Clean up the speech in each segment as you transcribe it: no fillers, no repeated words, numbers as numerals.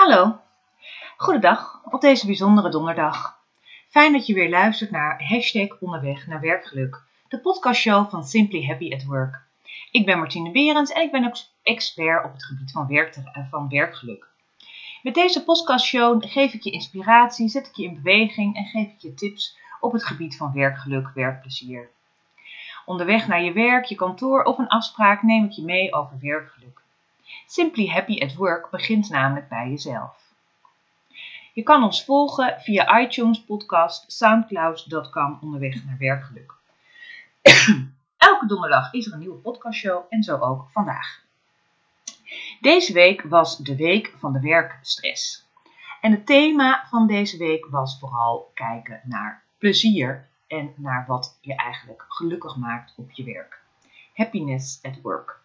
Hallo, goedendag op deze bijzondere donderdag. Fijn dat je weer luistert naar #onderweg naar werkgeluk, de podcastshow van Simply Happy at Work. Ik ben Martine Berends en ik ben ook expert op het gebied van werkgeluk. Met deze podcastshow geef ik je inspiratie, zet ik je in beweging en geef ik je tips op het gebied van werkgeluk, werkplezier. Onderweg naar je werk, je kantoor of een afspraak neem ik je mee over werkgeluk. Simply Happy at Work begint namelijk bij jezelf. Je kan ons volgen via iTunes, podcast, soundcloud.com onderweg naar werkgeluk. Elke donderdag is er een nieuwe podcastshow en zo ook vandaag. Deze week was de week van de werkstress. En het thema van deze week was vooral kijken naar plezier en naar wat je eigenlijk gelukkig maakt op je werk. Happiness at work.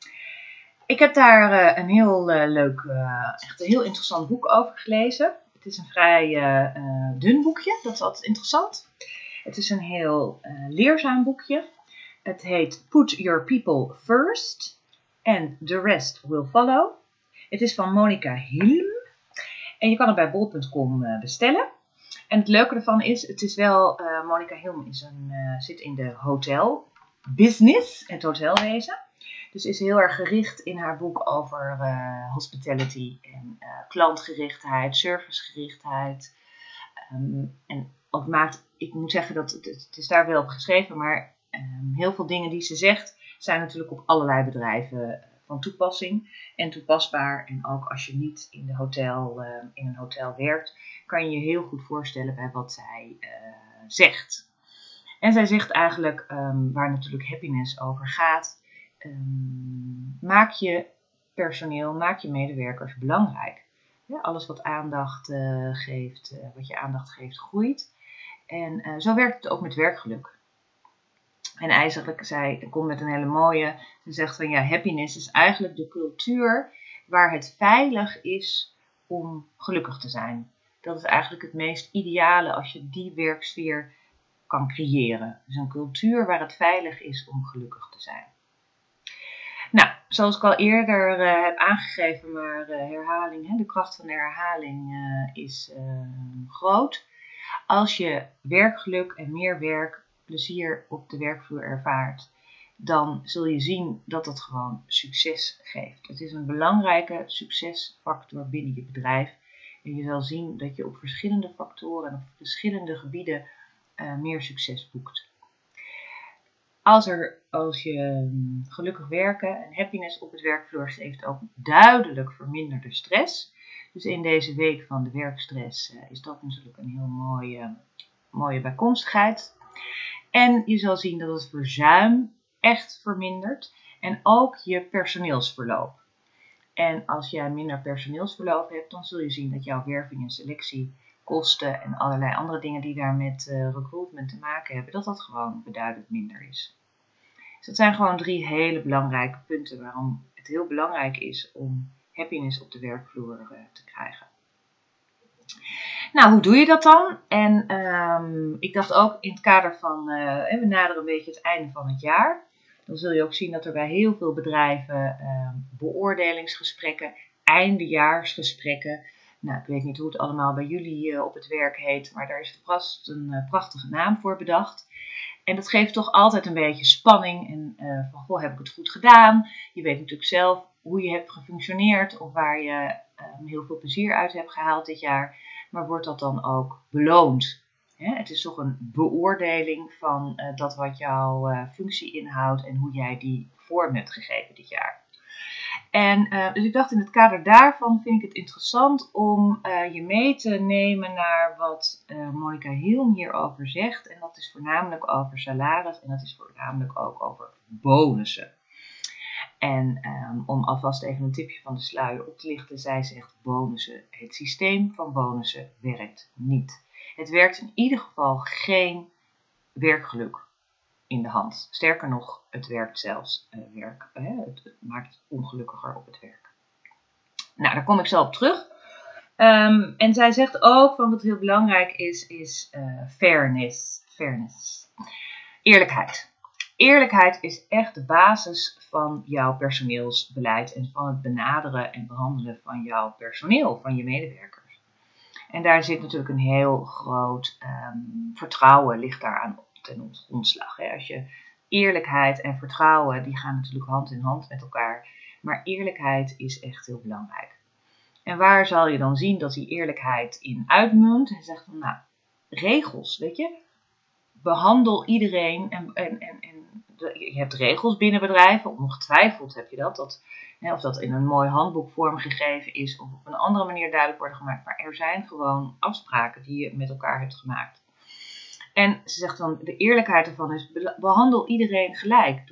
Ik heb daar een heel leuk, echt een heel interessant boek over gelezen. Het is een vrij dun boekje, dat is altijd interessant. Het is een heel leerzaam boekje. Het heet Put Your People First and the Rest Will Follow. Het is van Monica Hilm en je kan het bij bol.com bestellen. En het leuke ervan is, het is wel, Monica Hilm zit in de hotelbusiness, het hotelwezen. Dus is heel erg gericht in haar boek over hospitality en klantgerichtheid, servicegerichtheid. En ook ik moet zeggen dat het is daar wel op geschreven, maar heel veel dingen die ze zegt zijn natuurlijk op allerlei bedrijven van toepassing en toepasbaar. En ook als je niet in een hotel werkt, kan je je heel goed voorstellen bij wat zij zegt. En zij zegt eigenlijk, waar natuurlijk happiness over gaat, maak je personeel, maak je medewerkers belangrijk. Ja, alles wat aandacht geeft, wat je aandacht geeft, groeit. En zo werkt het ook met werkgeluk. En eigenlijk, zij komt met een hele mooie, ze zegt van ja, happiness is eigenlijk de cultuur waar het veilig is om gelukkig te zijn. Dat is eigenlijk het meest ideale als je die werksfeer kan creëren. Dus een cultuur waar het veilig is om gelukkig te zijn. Nou, zoals ik al eerder heb aangegeven, maar herhaling, de kracht van de herhaling is groot. Als je werkgeluk en meer werkplezier op de werkvloer ervaart, dan zul je zien dat het gewoon succes geeft. Het is een belangrijke succesfactor binnen je bedrijf. En je zal zien dat je op verschillende factoren en op verschillende gebieden meer succes boekt. Als je gelukkig werken en happiness op het werkvloer geeft ook duidelijk verminderde stress. Dus in deze week van de werkstress is dat natuurlijk een heel mooie bijkomstigheid. En je zal zien dat het verzuim echt vermindert en ook je personeelsverloop. En als jij minder personeelsverloop hebt, dan zul je zien dat jouw werving en selectie, kosten en allerlei andere dingen die daar met recruitment te maken hebben, dat dat gewoon beduidend minder is. Dus dat zijn gewoon 3 hele belangrijke punten waarom het heel belangrijk is om happiness op de werkvloer te krijgen. Nou, hoe doe je dat dan? En ik dacht ook in het kader van, we naderen een beetje het einde van het jaar. Dan zul je ook zien dat er bij heel veel bedrijven beoordelingsgesprekken, eindejaarsgesprekken. Nou, ik weet niet hoe het allemaal bij jullie op het werk heet, maar daar is vast een prachtige naam voor bedacht. En dat geeft toch altijd een beetje spanning en van, goh, heb ik het goed gedaan? Je weet natuurlijk zelf hoe je hebt gefunctioneerd of waar je heel veel plezier uit hebt gehaald dit jaar. Maar wordt dat dan ook beloond? Het is toch een beoordeling van dat wat jouw functie inhoudt en hoe jij die vorm hebt gegeven dit jaar. En dus ik dacht in het kader daarvan vind ik het interessant om je mee te nemen naar wat Monica Hilm hierover zegt. En dat is voornamelijk over salaris en dat is voornamelijk ook over bonussen. En om alvast even een tipje van de sluier op te lichten, zij zegt bonussen. Het systeem van bonussen werkt niet. Het werkt in ieder geval geen werkgeluk in de hand. Sterker nog, het werkt zelfs het maakt het ongelukkiger op het werk. Nou, daar kom ik zo op terug. En zij zegt ook van wat heel belangrijk is fairness. Eerlijkheid. Eerlijkheid is echt de basis van jouw personeelsbeleid en van het benaderen en behandelen van jouw personeel, van je medewerkers. En daar zit natuurlijk een heel groot vertrouwen ligt daaraan ten grondslag. Hè. Als je eerlijkheid en vertrouwen, die gaan natuurlijk hand in hand met elkaar. Maar eerlijkheid is echt heel belangrijk. En waar zal je dan zien dat die eerlijkheid in uitmundt? Hij zegt van, regels, weet je. Behandel iedereen je hebt regels binnen bedrijven, ongetwijfeld heb je dat. Of dat in een mooi handboek vormgegeven is of op een andere manier duidelijk worden gemaakt. Maar er zijn gewoon afspraken die je met elkaar hebt gemaakt. En ze zegt dan, de eerlijkheid ervan is, behandel iedereen gelijk.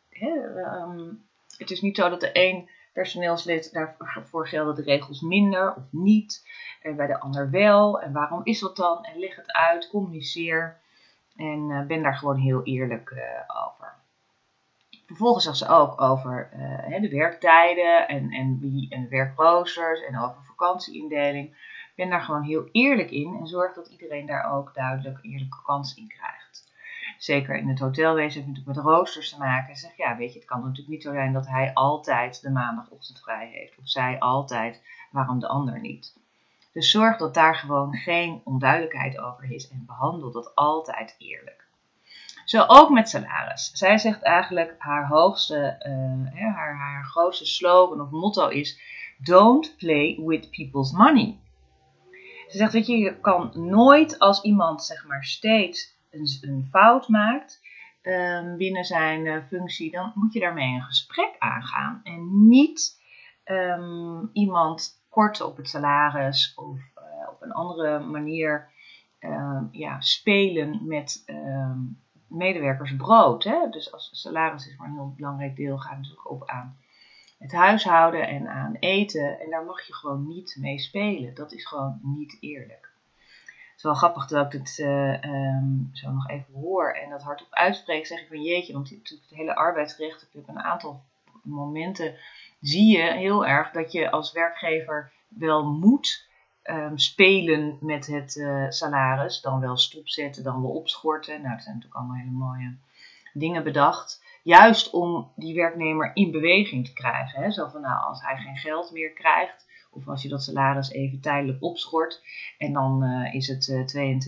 Het is niet zo dat de een personeelslid, daarvoor gelden de regels minder of niet. En bij de ander wel. En waarom is dat dan? En leg het uit, communiceer. En ben daar gewoon heel eerlijk over. Vervolgens zegt ze ook over de werktijden en de werkroosters en over vakantieindeling. Ben daar gewoon heel eerlijk in en zorg dat iedereen daar ook duidelijk een eerlijke kans in krijgt. Zeker in het hotelwezen heeft natuurlijk met roosters te maken. Zeg, het kan natuurlijk niet zo zijn dat hij altijd de maandagochtend vrij heeft. Of zij altijd, waarom de ander niet. Dus zorg dat daar gewoon geen onduidelijkheid over is en behandel dat altijd eerlijk. Zo ook met salaris. Zij zegt eigenlijk haar grootste slogan of motto is: don't play with people's money. Ze zegt, je kan nooit als iemand zeg maar steeds een fout maakt binnen zijn functie, dan moet je daarmee een gesprek aangaan. En niet iemand korten op het salaris of op een andere manier spelen met medewerkersbrood. Hè? Dus als salaris is maar een heel belangrijk deel, gaat natuurlijk op aan het huishouden en aan eten. En daar mag je gewoon niet mee spelen. Dat is gewoon niet eerlijk. Het is wel grappig dat ik dit zo nog even hoor en dat hardop uitspreek. Zeg ik van jeetje, want natuurlijk het hele arbeidsrecht, op een aantal momenten zie je heel erg dat je als werkgever wel moet spelen met het salaris. Dan wel stopzetten, dan wel opschorten. Nou, dat zijn natuurlijk allemaal hele mooie dingen bedacht. Juist om die werknemer in beweging te krijgen. Hè? Zo van, als hij geen geld meer krijgt, of als je dat salaris even tijdelijk opschort, en dan is het de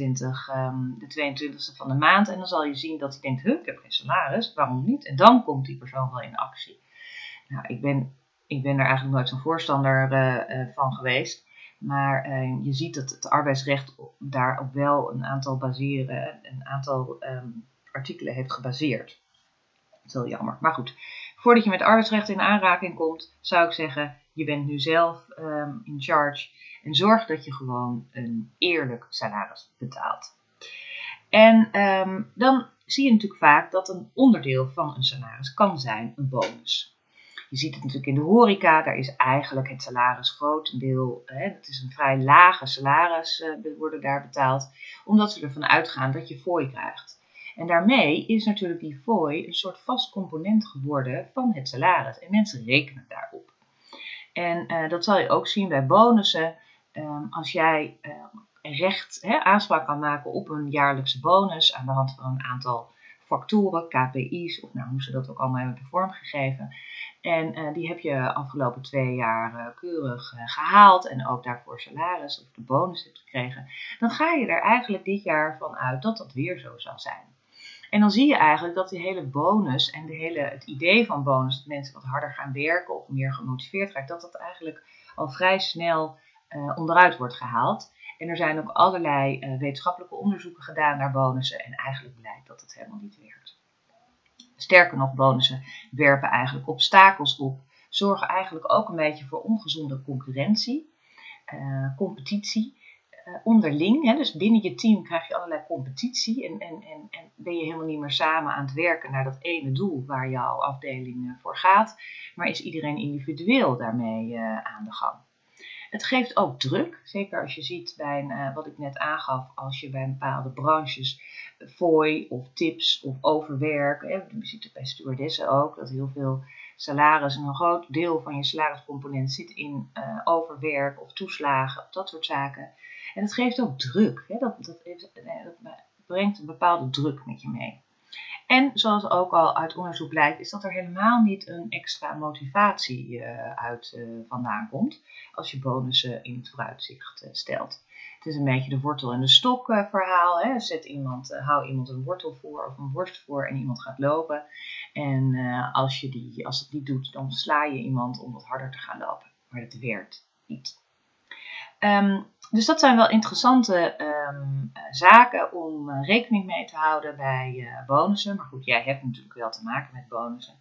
22e van de maand, en dan zal je zien dat hij denkt, ik heb geen salaris, waarom niet? En dan komt die persoon wel in actie. Nou, ik ben er eigenlijk nooit zo'n voorstander van geweest. Maar je ziet dat het arbeidsrecht daar ook wel een aantal artikelen heeft gebaseerd. Dat is heel jammer. Maar goed, voordat je met arbeidsrecht in aanraking komt, zou ik zeggen, je bent nu zelf in charge. En zorg dat je gewoon een eerlijk salaris betaalt. En dan zie je natuurlijk vaak dat een onderdeel van een salaris kan zijn een bonus. Je ziet het natuurlijk in de horeca, daar is eigenlijk het salaris grotendeel, dat is een vrij lage salaris, worden daar betaald, omdat ze ervan uitgaan dat je fooi krijgt. En daarmee is natuurlijk die fooi een soort vast component geworden van het salaris. En mensen rekenen daarop. En dat zal je ook zien bij bonussen. Als jij aanspraak kan maken op een jaarlijkse bonus aan de hand van een aantal factoren, KPI's, of hoe ze dat ook allemaal hebben vormgegeven. En die heb je afgelopen 2 jaar keurig gehaald en ook daarvoor salaris of de bonus hebt gekregen. Dan ga je er eigenlijk dit jaar van uit dat dat weer zo zal zijn. En dan zie je eigenlijk dat die hele bonus en het idee van bonus, dat mensen wat harder gaan werken of meer gemotiveerd raken, dat dat eigenlijk al vrij snel onderuit wordt gehaald. En er zijn ook allerlei wetenschappelijke onderzoeken gedaan naar bonussen en eigenlijk blijkt dat het helemaal niet werkt. Sterker nog, bonussen werpen eigenlijk obstakels op, zorgen eigenlijk ook een beetje voor ongezonde concurrentie, competitie. Onderling, dus binnen je team krijg je allerlei competitie en ben je helemaal niet meer samen aan het werken naar dat ene doel waar jouw afdeling voor gaat, maar is iedereen individueel daarmee aan de gang. Het geeft ook druk, zeker als je ziet bij wat ik net aangaf, als je bij bepaalde branches fooi of tips of overwerk, je ziet het bij stewardessen ook, dat heel veel salaris, een groot deel van je salariscomponent zit in overwerk of toeslagen of dat soort zaken. En het geeft ook druk. Dat brengt een bepaalde druk met je mee. En zoals ook al uit onderzoek blijkt, is dat er helemaal niet een extra motivatie vandaan komt als je bonussen in het vooruitzicht stelt. Het is een beetje de wortel en de stok verhaal. Hè. Hou iemand een wortel voor of een worst voor en iemand gaat lopen. En als het niet doet, dan sla je iemand om wat harder te gaan lopen. Maar dat werkt niet. Dus dat zijn wel interessante zaken om rekening mee te houden bij bonussen. Maar goed, jij hebt natuurlijk wel te maken met bonussen.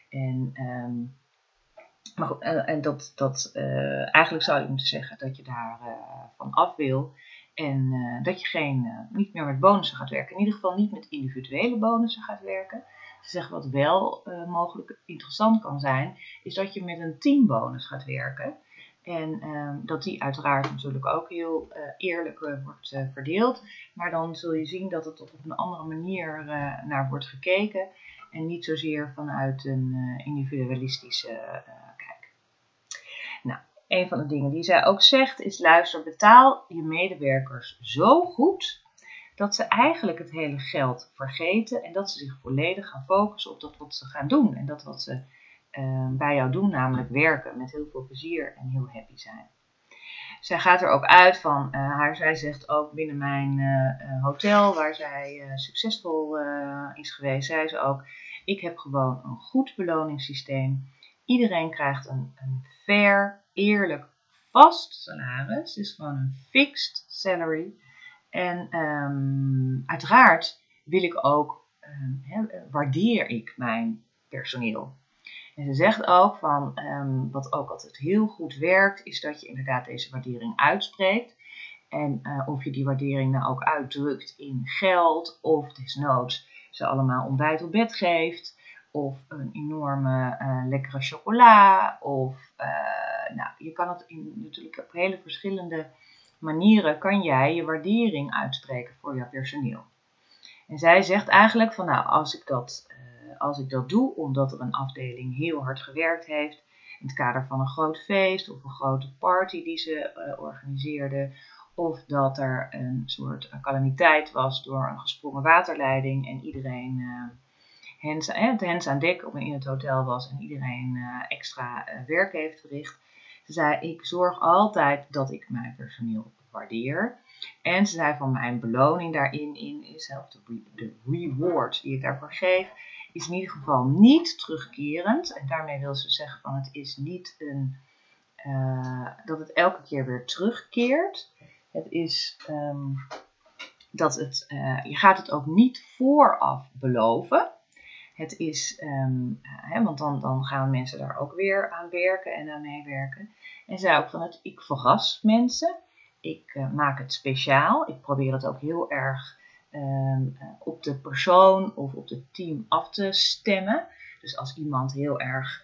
Eigenlijk zou je moeten zeggen dat je daar van af wil. En dat je niet meer met bonussen gaat werken. In ieder geval niet met individuele bonussen gaat werken. Ze zeggen wat wel mogelijk interessant kan zijn, is dat je met een teambonus gaat werken. En dat die uiteraard natuurlijk ook heel eerlijk wordt verdeeld. Maar dan zul je zien dat het op een andere manier naar wordt gekeken. En niet zozeer vanuit een individualistische kijk. Nou, een van de dingen die zij ook zegt is: luister, betaal je medewerkers zo goed dat ze eigenlijk het hele geld vergeten. En dat ze zich volledig gaan focussen op dat wat ze gaan doen. En dat wat ze bij jou doen, namelijk werken met heel veel plezier en heel happy zijn. Zij gaat er ook uit van, zij zegt ook binnen mijn hotel waar zij succesvol is geweest, zei ze ook: ik heb gewoon een goed beloningssysteem. Iedereen krijgt een fair, eerlijk, vast salaris. Het is gewoon een fixed salary. En uiteraard wil ik ook, waardeer ik mijn personeel. En ze zegt ook van, wat ook altijd heel goed werkt, is dat je inderdaad deze waardering uitspreekt. En of je die waardering nou ook uitdrukt in geld, of desnoods ze allemaal ontbijt op bed geeft, of een enorme lekkere chocola, of je kan het natuurlijk op hele verschillende manieren kan jij je waardering uitspreken voor jouw personeel. En zij zegt eigenlijk van, nou, als ik dat doe omdat er een afdeling heel hard gewerkt heeft in het kader van een groot feest of een grote party die ze organiseerde, of dat er een soort calamiteit was door een gesprongen waterleiding en iedereen hands aan dek in het hotel was en iedereen extra werk heeft verricht. Ze zei: ik zorg altijd dat ik mijn personeel waardeer. En ze zei van mijn beloning daarin is, of de reward die ik daarvoor geef, is in ieder geval niet terugkerend. En daarmee wil ze zeggen van het is niet dat het elke keer weer terugkeert. Het is je gaat het ook niet vooraf beloven. Het is, want dan gaan mensen daar ook weer aan werken en aan meewerken. En zei ook van ik verras mensen. Ik maak het speciaal. Ik probeer het ook heel erg op de persoon of op het team af te stemmen. Dus als iemand heel erg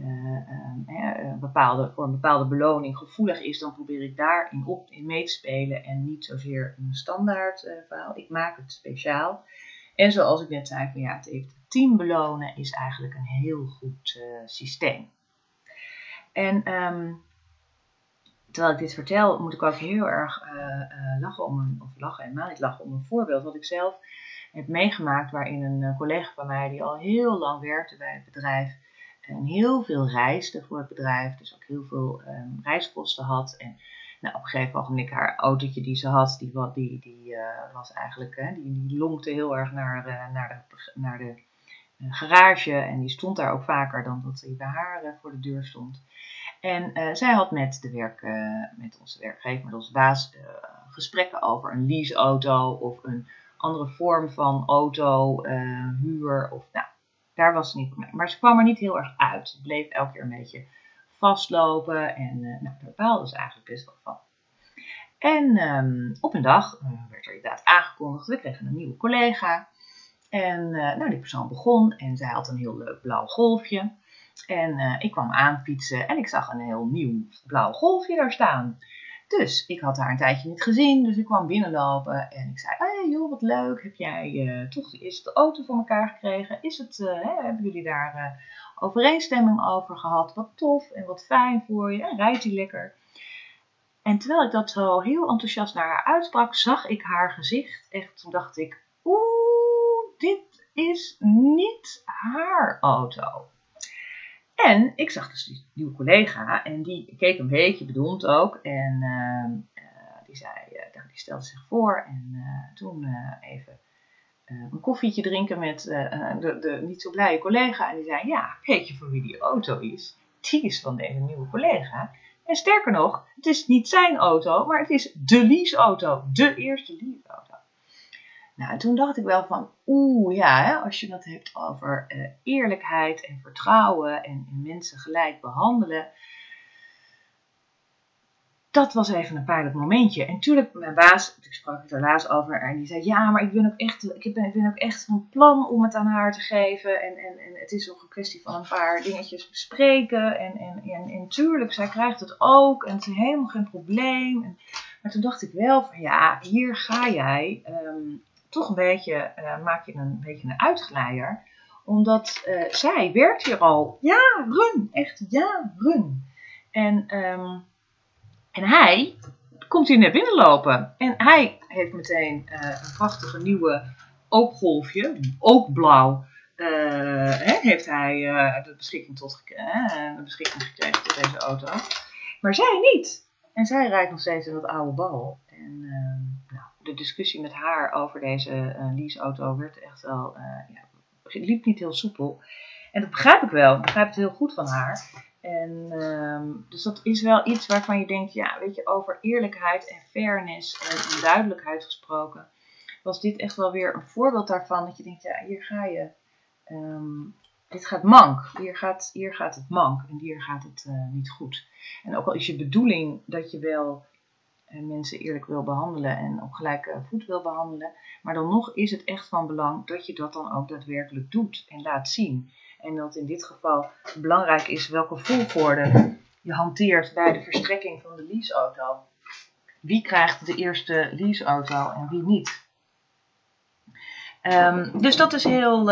voor een bepaalde beloning gevoelig is, dan probeer ik daarin in mee te spelen en niet zozeer een standaard verhaal. Ik maak het speciaal. En zoals ik net zei, het team belonen is eigenlijk een heel goed systeem. En terwijl ik dit vertel, moet ik ook heel erg lachen om een voorbeeld wat ik zelf heb meegemaakt, waarin een collega van mij die al heel lang werkte bij het bedrijf en heel veel reisde voor het bedrijf, dus ook heel veel reiskosten had. En op een gegeven ogenblik haar autootje die ze had, die was eigenlijk, die lonkte heel erg naar de garage en die stond daar ook vaker dan dat hij bij haar voor de deur stond. En zij had met onze werkgever, met onze baas, gesprekken over een leaseauto of een andere vorm van auto, huur. Daar was ze niet mee. Maar ze kwam er niet heel erg uit. Ze bleef elke keer een beetje vastlopen en daar baalde ze eigenlijk best wel van. En op een dag werd er inderdaad aangekondigd, we kregen een nieuwe collega. En die persoon begon en zij had een heel leuk blauw golfje. En ik kwam aanfietsen en ik zag een heel nieuw blauw golfje daar staan. Dus ik had haar een tijdje niet gezien, dus ik kwam binnenlopen en ik zei: hey, joh, wat leuk, heb jij toch eens de auto voor elkaar gekregen? Hebben jullie daar overeenstemming over gehad? Wat tof en wat fijn voor je en rijdt die lekker? En terwijl ik dat zo heel enthousiast naar haar uitsprak, zag ik haar gezicht. Echt, toen dacht ik: dit is niet haar auto. En ik zag dus die nieuwe collega en die keek een beetje bedoeld ook. En die zei, die stelde zich voor en toen even een koffietje drinken met de niet zo blije collega. En die zei, ja, weet je voor wie die auto is? Die is van deze nieuwe collega. En sterker nog, het is niet zijn auto, maar het is de leaseauto. De eerste leaseauto. Nou, en toen dacht ik wel van, als je dat hebt over eerlijkheid en vertrouwen en mensen gelijk behandelen. Dat was even een pijnlijk momentje. En natuurlijk, mijn baas, ik sprak het er laatst over, en die zei, ja, maar ik ben ook echt van plan om het aan haar te geven. En het is ook een kwestie van een paar dingetjes bespreken. En tuurlijk, zij krijgt het ook. En het is helemaal geen probleem. Maar toen dacht ik wel van, ja, hier ga jij toch een beetje, maak je een beetje een uitglijder. Omdat zij werkt hier al jaren. Echt jaren. En hij komt hier net binnenlopen. En hij heeft meteen een prachtige nieuwe ookgolfje, ook blauw, heeft hij de beschikking gekregen tot deze auto. Maar zij niet. En zij rijdt nog steeds in dat oude bal. En de discussie met haar over deze leaseauto werd echt wel, liep niet heel soepel. En dat begrijp ik wel. Ik begrijp het heel goed van haar. En dus dat is wel iets waarvan je denkt, ja, weet je, over eerlijkheid en fairness en duidelijkheid gesproken, was dit echt wel weer een voorbeeld daarvan. Dat je denkt, ja, hier ga je, dit gaat mank. Hier gaat het mank en hier gaat het niet goed. En ook al is je bedoeling dat je wel mensen eerlijk wil behandelen en op gelijke voet wil behandelen, maar dan nog is het echt van belang dat je dat dan ook daadwerkelijk doet en laat zien. En dat in dit geval belangrijk is welke volgorde je hanteert bij de verstrekking van de leaseauto. Wie krijgt de eerste leaseauto en wie niet? Dus dat is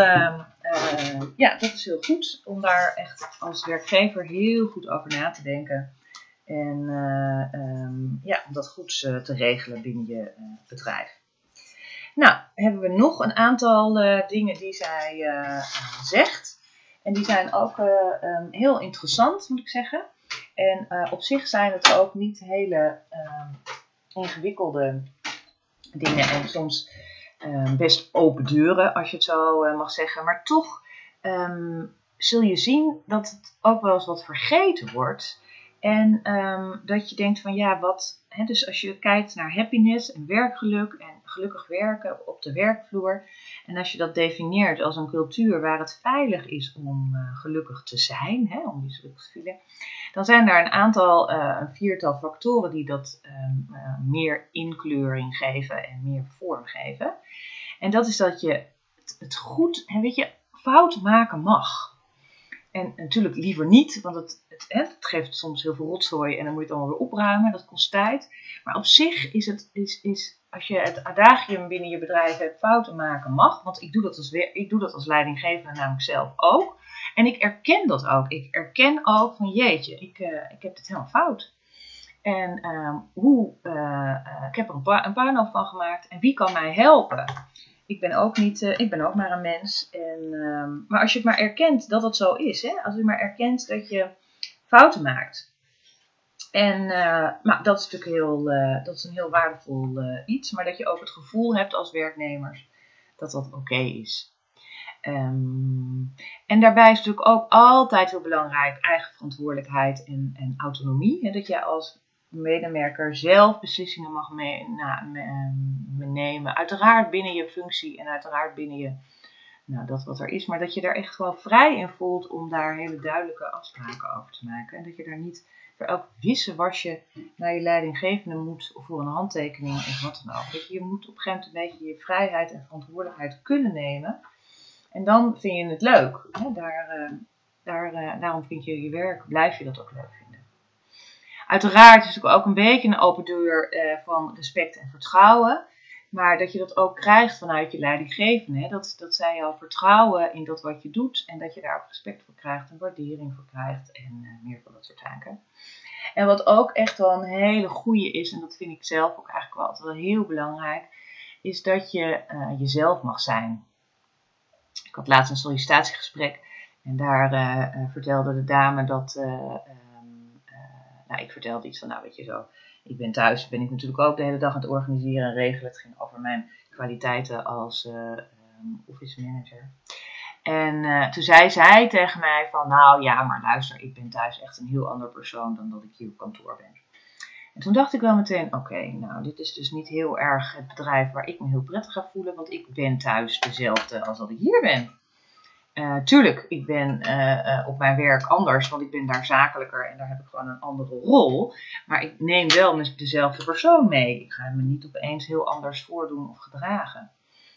dat is heel goed om daar echt als werkgever heel goed over na te denken. En om dat goed te regelen binnen je bedrijf. Nou, hebben we nog een aantal dingen die zij zegt. En die zijn ook heel interessant, moet ik zeggen. En op zich zijn het ook niet hele ingewikkelde dingen. En soms best open deuren, als je het zo mag zeggen. Maar toch zul je zien dat het ook wel eens wat vergeten wordt. En dat je denkt van dus als je kijkt naar happiness en werkgeluk en gelukkig werken op de werkvloer. En als je dat definieert als een cultuur waar het veilig is om gelukkig te zijn, om je gelukkig te voelen. Dan zijn daar een viertal factoren die dat meer inkleuring geven en meer vorm geven. En dat is dat je het goed, fout maken mag. En natuurlijk liever niet, want het geeft soms heel veel rotzooi en dan moet je het allemaal weer opruimen. Dat kost tijd. Maar op zich is als je het adagium binnen je bedrijf hebt, fouten maken mag. Want ik doe dat als leidinggevende namelijk zelf ook. En ik erken dat ook. Ik erken ook van jeetje, ik heb dit helemaal fout. En ik heb er een puinhoop van gemaakt. En wie kan mij helpen? Ik ben ook maar een mens. Maar als je het maar erkent dat het zo is. Als je maar erkent dat je fouten maakt. En maar dat is natuurlijk dat is een heel waardevol iets. Maar dat je ook het gevoel hebt als werknemers dat dat oké is. En daarbij is natuurlijk ook altijd heel belangrijk eigen verantwoordelijkheid en autonomie. Dat jij als medewerker zelf beslissingen mag nemen. Uiteraard binnen je functie en uiteraard binnen je, dat wat er is. Maar dat je daar echt gewoon vrij in voelt om daar hele duidelijke afspraken over te maken. En dat je daar niet voor elk wissewasje naar je leidinggevende moet of voor een handtekening of wat dan ook. Je moet op een gegeven moment een beetje je vrijheid en verantwoordelijkheid kunnen nemen. En dan vind je het leuk. Daarom vind je werk, blijf je dat ook leuk vinden. Uiteraard is het ook een beetje een open deur van respect en vertrouwen. Maar dat je dat ook krijgt vanuit je leidinggevende. Dat zij jou vertrouwen in dat wat je doet. En dat je daar ook respect voor krijgt en waardering voor krijgt. En meer van dat soort zaken. En wat ook echt wel een hele goede is. En dat vind ik zelf ook eigenlijk wel altijd wel heel belangrijk. Is dat je jezelf mag zijn. Ik had laatst een sollicitatiegesprek en daar vertelde de dame dat... ik vertelde iets van, weet je zo, ik ben thuis, ben ik natuurlijk ook de hele dag aan het organiseren en regelen. Het ging over mijn kwaliteiten als office manager. En toen zei zij tegen mij van, maar luister, ik ben thuis echt een heel ander persoon dan dat ik hier op kantoor ben. En toen dacht ik wel meteen, dit is dus niet heel erg het bedrijf waar ik me heel prettig ga voelen, want ik ben thuis dezelfde als dat ik hier ben. Tuurlijk, ik ben op mijn werk anders, want ik ben daar zakelijker en daar heb ik gewoon een andere rol. Maar ik neem wel dezelfde persoon mee. Ik ga me niet opeens heel anders voordoen of gedragen.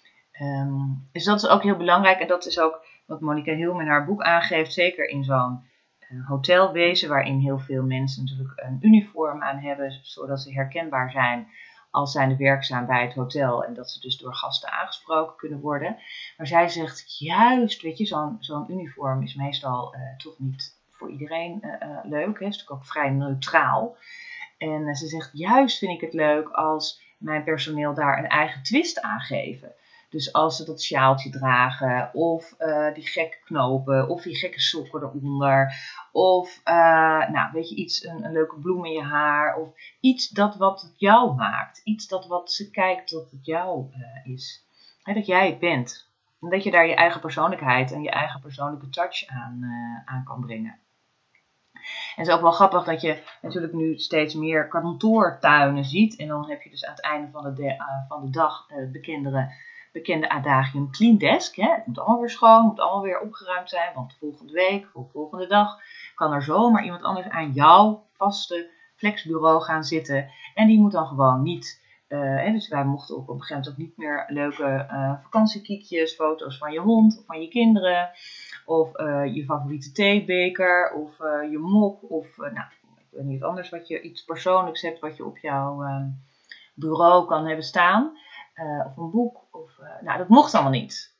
Dus dat is ook heel belangrijk en dat is ook wat Monica Hilm in haar boek aangeeft. Zeker in zo'n hotelwezen waarin heel veel mensen natuurlijk een uniform aan hebben, zodat ze herkenbaar zijn als zijnde werkzaam bij het hotel en dat ze dus door gasten aangesproken kunnen worden. Maar zij zegt juist, weet je, zo'n uniform is meestal toch niet voor iedereen leuk. Hè? Het is natuurlijk ook vrij neutraal. En ze zegt, juist vind ik het leuk als mijn personeel daar een eigen twist aan geven. Dus als ze dat sjaaltje dragen, of die gekke knopen, of die gekke sokken eronder, of iets, een leuke bloem in je haar, of iets wat het jou maakt. Iets wat ze kijkt dat het jou is. Dat jij het bent. En dat je daar je eigen persoonlijkheid en je eigen persoonlijke touch aan kan brengen. En het is ook wel grappig dat je natuurlijk nu steeds meer kantoortuinen ziet. En dan heb je dus aan het einde van de dag bekende adagium clean desk. Hè? Het moet allemaal weer schoon, het moet allemaal weer opgeruimd zijn. Want volgende week of volgende dag kan er zomaar iemand anders aan jouw vaste flexbureau gaan zitten. En die moet dan gewoon niet. Dus wij mochten op een gegeven moment ook niet meer leuke vakantiekiekjes, foto's van je hond of van je kinderen. Of je favoriete theebeker of je mok. Of ik weet niet anders iets persoonlijks hebt wat je op jouw bureau kan hebben staan. Of een boek. Dat mocht allemaal niet.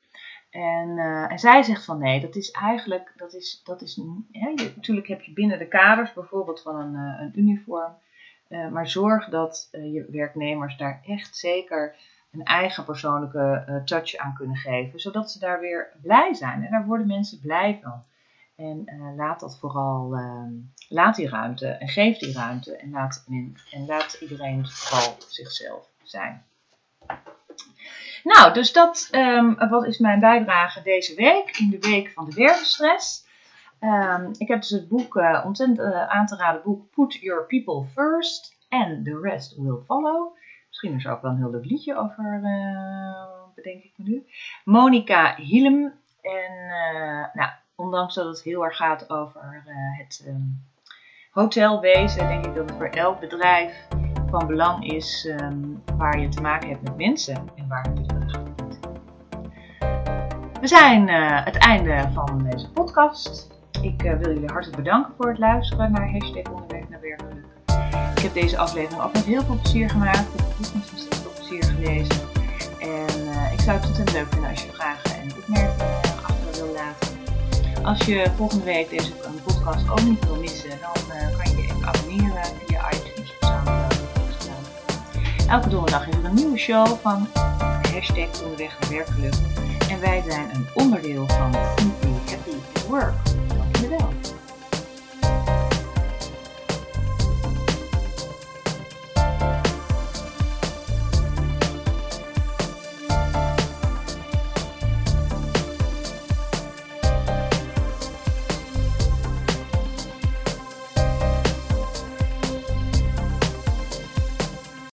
En zij zegt van nee, dat is eigenlijk, natuurlijk heb je binnen de kaders bijvoorbeeld van een uniform. Maar zorg dat je werknemers daar echt zeker een eigen persoonlijke touch aan kunnen geven. Zodat ze daar weer blij zijn. En daar worden mensen blij van. En laat dat vooral, laat die ruimte en geef die ruimte. En laat iedereen vooral zichzelf zijn. Nou, dus wat is mijn bijdrage deze week, in de week van de werkstress. Ik heb dus het boek, ontzettend aan te raden boek, Put Your People First and the Rest Will Follow. Misschien is er ook wel een heel leuk liedje over, bedenk ik me nu. Monica Hilm. En ondanks dat het heel erg gaat over het hotelwezen, denk ik dat het voor elk bedrijf van belang is waar je te maken hebt met mensen en waar het bedrijf niet. We zijn het einde van deze podcast. Ik wil jullie hartelijk bedanken voor het luisteren naar #onderweg naar werkgeluk. Ik heb deze aflevering ook met heel veel plezier gemaakt. Ik heb het boek met veel plezier gelezen. En ik zou het ontzettend leuk vinden als je vragen en opmerkingen achter wil laten. Als je volgende week deze podcast ook niet wil missen, dan kan je even abonneren via iTunes of SoundCloud. Elke donderdag is er een nieuwe show van #onderweg naar werkgeluk. En wij zijn een onderdeel van Simply Happy at Work. Dankjewel.